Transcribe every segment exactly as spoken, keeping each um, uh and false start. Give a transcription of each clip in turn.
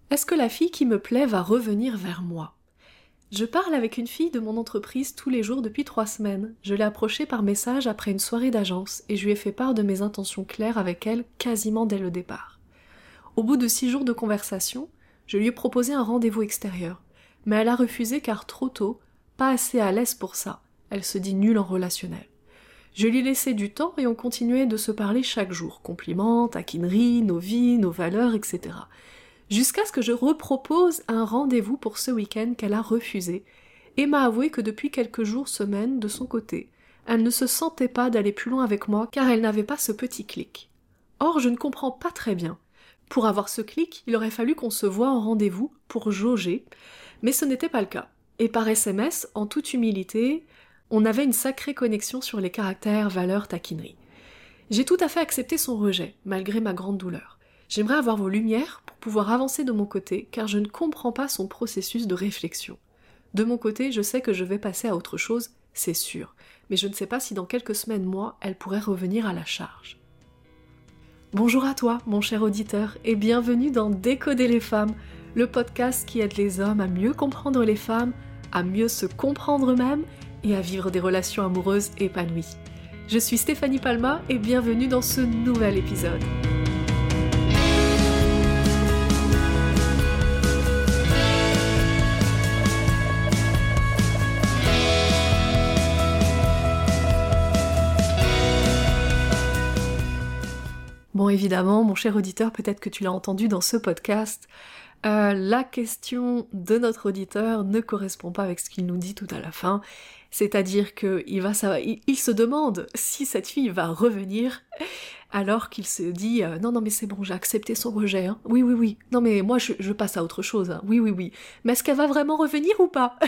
Est-ce que la fille qui me plaît va revenir vers moi ? Je parle avec une fille de mon entreprise tous les jours depuis trois semaines. Je l'ai approchée par message après une soirée d'agence et je lui ai fait part de mes intentions claires avec elle quasiment dès le départ. Au bout de six jours de conversation, je lui ai proposé un rendez-vous extérieur, mais elle a refusé car trop tôt, pas assez à l'aise pour ça. Elle se dit nulle en relationnel. Je lui ai laissé du temps et on continuait de se parler chaque jour, compliments, taquineries, nos vies, nos valeurs, et cetera. Jusqu'à ce que je repropose un rendez-vous pour ce week-end qu'elle a refusé et m'a avoué que depuis quelques jours, semaines, de son côté, elle ne se sentait pas d'aller plus loin avec moi car elle n'avait pas ce petit clic. Or, je ne comprends pas très bien. Pour avoir ce clic, il aurait fallu qu'on se voie en rendez-vous pour jauger, mais ce n'était pas le cas. Et par S M S, en toute humilité, on avait une sacrée connexion sur les caractères, valeurs, taquineries. J'ai tout à fait accepté son rejet, malgré ma grande douleur. J'aimerais avoir vos lumières pour pouvoir avancer de mon côté, car je ne comprends pas son processus de réflexion. De mon côté, je sais que je vais passer à autre chose, c'est sûr, mais je ne sais pas si dans quelques semaines, mois, elle pourrait revenir à la charge. Bonjour à toi, mon cher auditeur, et bienvenue dans Décoder les femmes, le podcast qui aide les hommes à mieux comprendre les femmes, à mieux se comprendre eux-mêmes et à vivre des relations amoureuses épanouies. Je suis Stéphanie Palma et bienvenue dans ce nouvel épisode. Bon, évidemment, mon cher auditeur, peut-être que tu l'as entendu dans ce podcast, euh, la question de notre auditeur ne correspond pas avec ce qu'il nous dit tout à la fin, c'est-à-dire qu'il va savoir, il, il se demande si cette fille va revenir, alors qu'il se dit euh, non, non, mais c'est bon, j'ai accepté son rejet, hein. Oui, oui, oui, non, mais moi, je, je passe à autre chose, hein. Oui, oui, oui, mais est-ce qu'elle va vraiment revenir ou pas?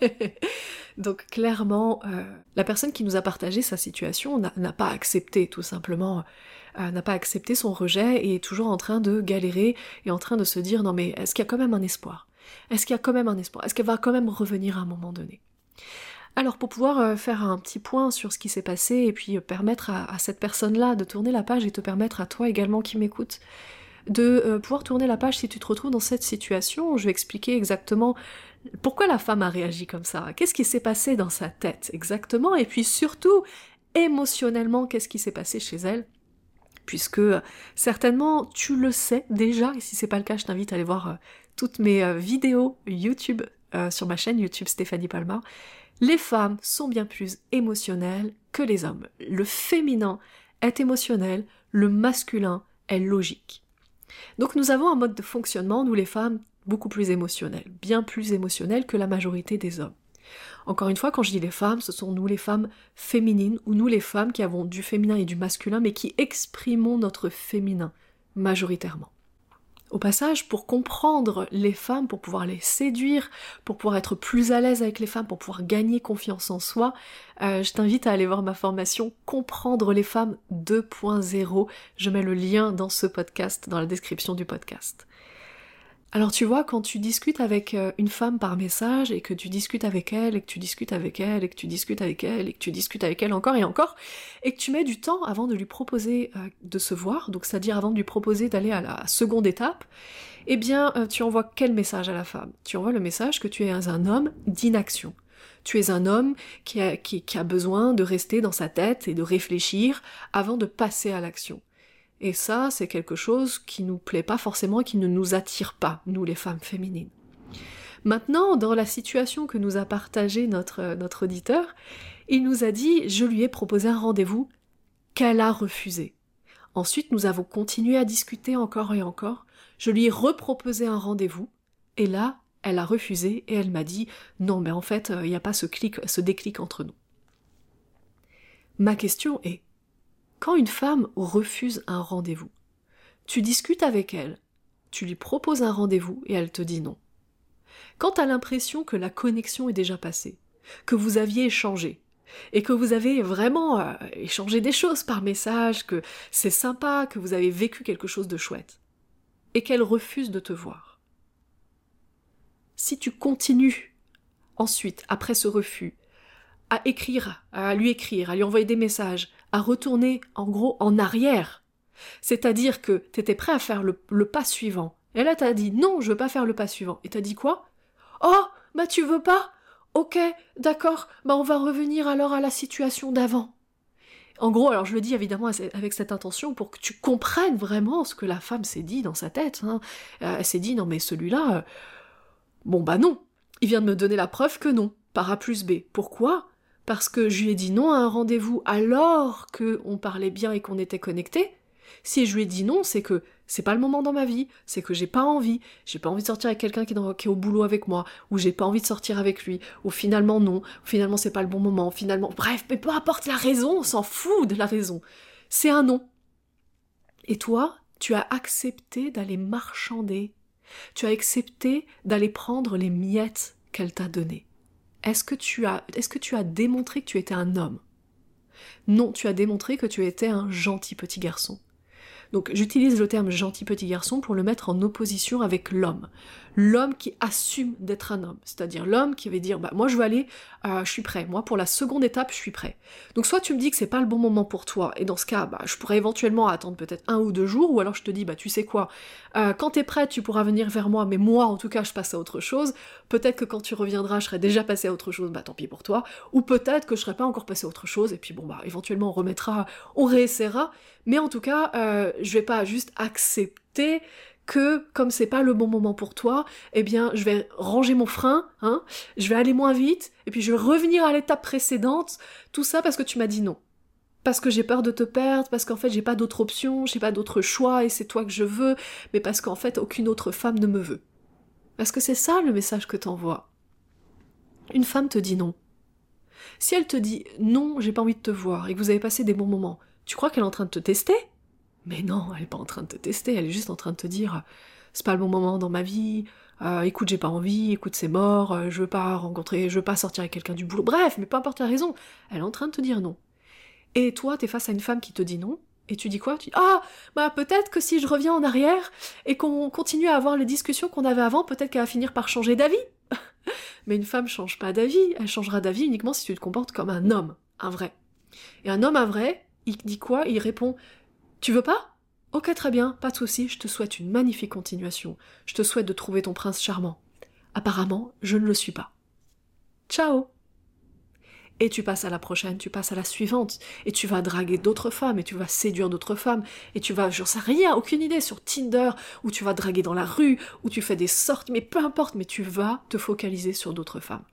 Donc clairement, euh, la personne qui nous a partagé sa situation n'a, n'a pas accepté, tout simplement, euh, n'a pas accepté son rejet et est toujours en train de galérer et en train de se dire non mais est-ce qu'il y a quand même un espoir? Est-ce qu'il y a quand même un espoir? Est-ce qu'elle va quand même revenir à un moment donné? Alors pour pouvoir euh, faire un petit point sur ce qui s'est passé et puis euh, permettre à, à cette personne-là de tourner la page et te permettre à toi également qui m'écoutes de euh, pouvoir tourner la page si tu te retrouves dans cette situation, je vais expliquer exactement pourquoi la femme a réagi comme ça, qu'est-ce qui s'est passé dans sa tête exactement, et puis surtout, émotionnellement, qu'est-ce qui s'est passé chez elle, puisque euh, certainement tu le sais déjà, et si c'est pas le cas, je t'invite à aller voir euh, toutes mes euh, vidéos YouTube euh, sur ma chaîne YouTube Stéphanie Palma. Les femmes sont bien plus émotionnelles que les hommes. Le féminin est émotionnel, le masculin est logique. Donc nous avons un mode de fonctionnement, nous les femmes, beaucoup plus émotionnel, bien plus émotionnel que la majorité des hommes. Encore une fois, quand je dis les femmes, ce sont nous les femmes féminines, ou nous les femmes qui avons du féminin et du masculin, mais qui exprimons notre féminin, majoritairement. Au passage, pour comprendre les femmes, pour pouvoir les séduire, pour pouvoir être plus à l'aise avec les femmes, pour pouvoir gagner confiance en soi, euh, je t'invite à aller voir ma formation Comprendre les femmes deux point zéro. Je mets le lien dans ce podcast, dans la description du podcast. Alors tu vois, quand tu discutes avec une femme par message, et que tu discutes avec elle, et que tu discutes avec elle, et que tu discutes avec elle, et que tu discutes avec elle encore et encore, et que tu mets du temps avant de lui proposer euh, de se voir, donc c'est-à-dire avant de lui proposer d'aller à la seconde étape, eh bien euh, tu envoies quel message à la femme? Tu envoies le message que tu es un homme d'inaction. Tu es un homme qui a, qui, qui a besoin de rester dans sa tête et de réfléchir avant de passer à l'action. Et ça, c'est quelque chose qui nous plaît pas forcément et qui ne nous attire pas, nous les femmes féminines. Maintenant, dans la situation que nous a partagée notre, notre auditeur, il nous a dit « je lui ai proposé un rendez-vous qu'elle a refusé ». Ensuite, nous avons continué à discuter encore et encore, je lui ai reproposé un rendez-vous, et là, elle a refusé et elle m'a dit « non, mais en fait, il n'y a pas ce clic, ce déclic entre nous ». Ma question est, quand une femme refuse un rendez-vous, tu discutes avec elle, tu lui proposes un rendez-vous et elle te dit non. Quand tu as l'impression que la connexion est déjà passée, que vous aviez échangé, et que vous avez vraiment euh, échangé des choses par message, que c'est sympa, que vous avez vécu quelque chose de chouette, et qu'elle refuse de te voir. Si tu continues ensuite, après ce refus, à écrire, à lui écrire, à lui envoyer des messages, à retourner en gros en arrière. C'est-à-dire que tu étais prêt à faire le, le pas suivant, Et là, t'as dit non, je veux pas faire le pas suivant. Et t'as dit quoi? Oh, bah tu veux pas? Ok, d'accord, bah on va revenir alors à la situation d'avant. En gros, alors je le dis évidemment avec cette intention pour que tu comprennes vraiment ce que la femme s'est dit dans sa tête. Hein. Euh, elle s'est dit, non mais celui-là, euh, bon bah non, il vient de me donner la preuve que non, par A plus B. Pourquoi? Parce que je lui ai dit non à un rendez-vous alors qu'on parlait bien et qu'on était connectés. Si je lui ai dit non, c'est que c'est pas le moment dans ma vie, c'est que j'ai pas envie, j'ai pas envie de sortir avec quelqu'un qui est, dans, qui est au boulot avec moi, ou j'ai pas envie de sortir avec lui, ou finalement non, ou finalement c'est pas le bon moment, finalement, bref, mais peu importe la raison, on s'en fout de la raison. C'est un non. Et toi, tu as accepté d'aller marchander, tu as accepté d'aller prendre les miettes qu'elle t'a données. Est-ce que tu as, est-ce que tu as démontré que tu étais un homme? Non, tu as démontré que tu étais un gentil petit garçon. Donc j'utilise le terme gentil petit garçon pour le mettre en opposition avec l'homme. L'homme qui assume d'être un homme, c'est-à-dire l'homme qui va dire bah moi je veux aller, euh, je suis prêt, moi pour la seconde étape je suis prêt. Donc soit tu me dis que c'est pas le bon moment pour toi, et dans ce cas bah je pourrais éventuellement attendre peut-être un ou deux jours, ou alors je te dis bah tu sais quoi, euh, quand t'es prête tu pourras venir vers moi, mais moi en tout cas je passe à autre chose, peut-être que quand tu reviendras je serai déjà passé à autre chose, bah tant pis pour toi, ou peut-être que je serai pas encore passé à autre chose, et puis bon bah éventuellement on remettra, on réessaiera, mais en tout cas euh, je vais pas juste accepter que, comme c'est pas le bon moment pour toi, eh bien, je vais ranger mon frein, hein, je vais aller moins vite, et puis je vais revenir à l'étape précédente, tout ça parce que tu m'as dit non. Parce que j'ai peur de te perdre, parce qu'en fait j'ai pas d'autre option, j'ai pas d'autre choix, et c'est toi que je veux, mais parce qu'en fait aucune autre femme ne me veut. Parce que c'est ça le message que t'envoies. Une femme te dit non. Si elle te dit non, j'ai pas envie de te voir, et que vous avez passé des bons moments, tu crois qu'elle est en train de te tester ? Mais non, elle est pas en train de te tester, elle est juste en train de te dire « c'est pas le bon moment dans ma vie, euh, écoute j'ai pas envie, écoute c'est mort, euh, je veux pas rencontrer, je veux pas sortir avec quelqu'un du boulot, bref, mais peu importe la raison, elle est en train de te dire non. » Et toi, t'es face à une femme qui te dit non, et tu dis quoi? Tu dis « ah, bah peut-être que si je reviens en arrière, et qu'on continue à avoir les discussions qu'on avait avant, peut-être qu'elle va finir par changer d'avis. » Mais une femme change pas d'avis, elle changera d'avis uniquement si tu te comportes comme un homme, un vrai. Et un homme, un vrai, il dit quoi? Il répond « tu veux pas? Ok, très bien, pas de souci, je te souhaite une magnifique continuation. Je te souhaite de trouver ton prince charmant. Apparemment, je ne le suis pas. Ciao! Et tu passes à la prochaine, tu passes à la suivante, et tu vas draguer d'autres femmes, et tu vas séduire d'autres femmes, et tu vas, j'en sais rien, aucune idée, sur Tinder, où tu vas draguer dans la rue, où tu fais des sorties, mais peu importe, mais tu vas te focaliser sur d'autres femmes.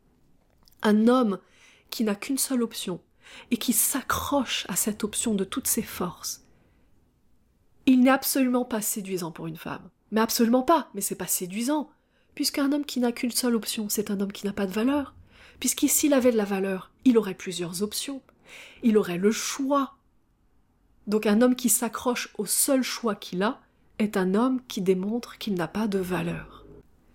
Un homme qui n'a qu'une seule option, et qui s'accroche à cette option de toutes ses forces, il n'est absolument pas séduisant pour une femme. Mais absolument pas, mais c'est pas séduisant. Puisqu'un homme qui n'a qu'une seule option, c'est un homme qui n'a pas de valeur. Puisqu'ici, s'il avait de la valeur, il aurait plusieurs options. Il aurait le choix. Donc un homme qui s'accroche au seul choix qu'il a est un homme qui démontre qu'il n'a pas de valeur.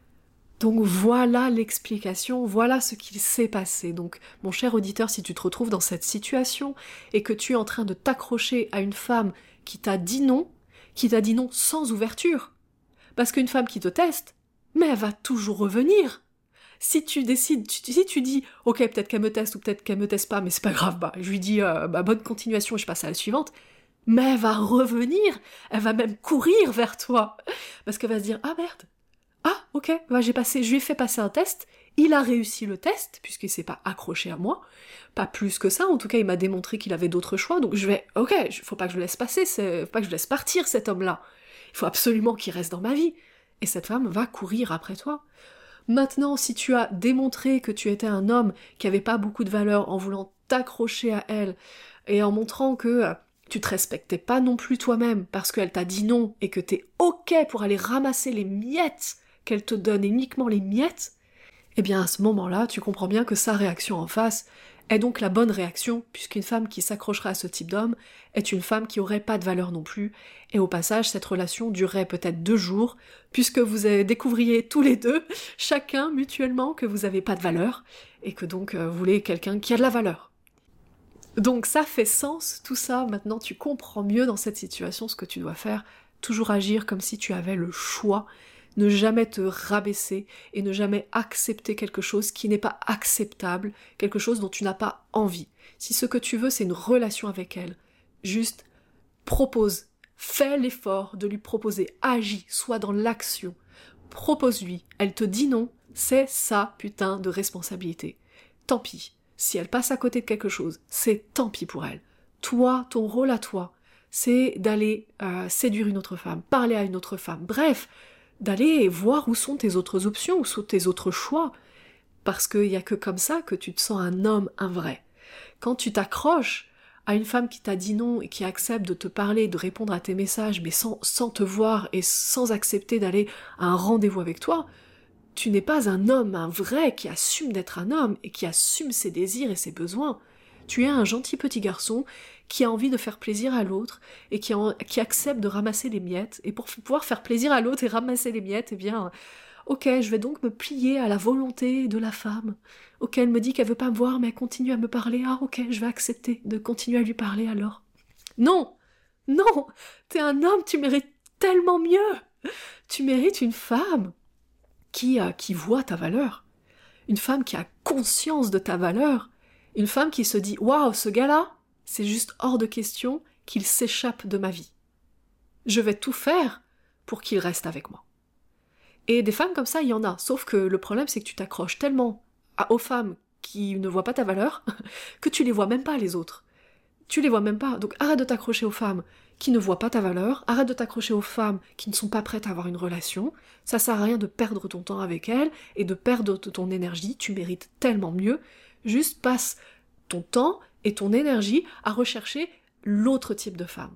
Donc voilà l'explication, voilà ce qu'il s'est passé. Donc mon cher auditeur, si tu te retrouves dans cette situation et que tu es en train de t'accrocher à une femme qui t'a dit non, qui t'a dit non sans ouverture. Parce qu'une femme qui te teste, mais elle va toujours revenir. Si tu décides, tu, si tu dis, ok, peut-être qu'elle me teste ou peut-être qu'elle me teste pas, mais c'est pas grave, bah, je lui dis, euh, bah, bonne continuation et je passe à la suivante, mais elle va revenir, elle va même courir vers toi. Parce qu'elle va se dire, ah merde, ah ok, bah, j'ai passé, je lui ai fait passer un test, il a réussi le test, puisqu'il s'est pas accroché à moi, pas plus que ça, en tout cas il m'a démontré qu'il avait d'autres choix, donc je vais, ok, faut pas que je le laisse passer, c'est, faut pas que je le laisse partir cet homme-là, il faut absolument qu'il reste dans ma vie, et cette femme va courir après toi. Maintenant, si tu as démontré que tu étais un homme qui avait pas beaucoup de valeur en voulant t'accrocher à elle, et en montrant que tu te respectais pas non plus toi-même, parce qu'elle t'a dit non, et que t'es ok pour aller ramasser les miettes qu'elle te donne, et uniquement les miettes, eh bien à ce moment-là, tu comprends bien que sa réaction en face est donc la bonne réaction, puisqu'une femme qui s'accrocherait à ce type d'homme est une femme qui aurait pas de valeur non plus, et au passage, cette relation durerait peut-être deux jours, puisque vous découvriez tous les deux, chacun mutuellement, que vous avez pas de valeur, et que donc euh, vous voulez quelqu'un qui a de la valeur. Donc ça fait sens, tout ça, maintenant tu comprends mieux dans cette situation ce que tu dois faire, toujours agir comme si tu avais le choix, ne jamais te rabaisser et ne jamais accepter quelque chose qui n'est pas acceptable, quelque chose dont tu n'as pas envie. Si ce que tu veux, c'est une relation avec elle, juste propose, Fais l'effort de lui proposer, agis, sois dans l'action. Propose-lui, elle te dit non, c'est sa putain de responsabilité. Tant pis, si elle passe à côté de quelque chose, c'est tant pis pour elle. Toi, ton rôle à toi, c'est d'aller euh, séduire une autre femme, parler à une autre femme, bref, d'aller voir où sont tes autres options, où sont tes autres choix, parce qu'il n'y a que comme ça que tu te sens un homme, un vrai. Quand tu t'accroches à une femme qui t'a dit non et qui accepte de te parler, de répondre à tes messages, mais sans, sans te voir et sans accepter d'aller à un rendez-vous avec toi, tu n'es pas un homme, un vrai, qui assume d'être un homme et qui assume ses désirs et ses besoins. Tu es un gentil petit garçon qui a envie de faire plaisir à l'autre et qui, en, qui accepte de ramasser les miettes. Et pour pouvoir faire plaisir à l'autre et ramasser les miettes, eh bien, ok, je vais donc me plier à la volonté de la femme. Ok, elle me dit qu'elle veut pas me voir, mais elle continue à me parler. Ah, ok, je vais accepter de continuer à lui parler alors. Non, non, t'es un homme, tu mérites tellement mieux. Tu mérites une femme qui, euh, qui voit ta valeur. Une femme qui a conscience de ta valeur. Une femme qui se dit « Waouh, ce gars-là, c'est juste hors de question qu'il s'échappe de ma vie. Je vais tout faire pour qu'il reste avec moi. » Et des femmes comme ça, il y en a. Sauf que le problème, c'est que tu t'accroches tellement à, aux femmes qui ne voient pas ta valeur que tu les vois même pas, les autres. Tu les vois même pas. Donc arrête de t'accrocher aux femmes qui ne voient pas ta valeur, arrête de t'accrocher aux femmes qui ne sont pas prêtes à avoir une relation. Ça sert à rien de perdre ton temps avec elles et de perdre ton énergie. Tu mérites tellement mieux. Juste passe ton temps et ton énergie à rechercher l'autre type de femme.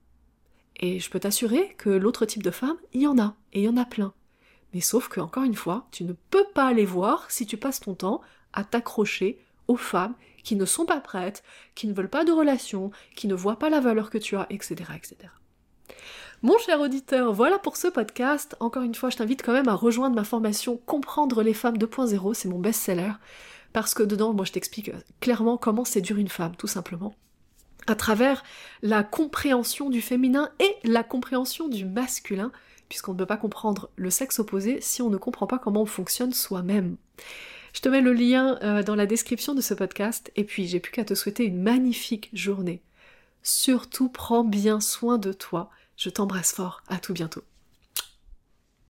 Et je peux t'assurer que l'autre type de femme, il y en a, et il y en a plein. Mais sauf que, encore une fois, tu ne peux pas les voir si tu passes ton temps à t'accrocher aux femmes qui ne sont pas prêtes, qui ne veulent pas de relation, qui ne voient pas la valeur que tu as, et cetera, et cetera. Mon cher auditeur, voilà pour ce podcast. Encore une fois, je t'invite quand même à rejoindre ma formation « Comprendre les femmes deux point zéro », c'est mon best-seller, parce que dedans, moi je t'explique clairement comment séduire une femme, tout simplement, à travers la compréhension du féminin et la compréhension du masculin, puisqu'on ne peut pas comprendre le sexe opposé si on ne comprend pas comment on fonctionne soi-même. Je te mets le lien euh, dans la description de ce podcast, et puis j'ai plus qu'à te souhaiter une magnifique journée. Surtout, prends bien soin de toi. Je t'embrasse fort, à tout bientôt.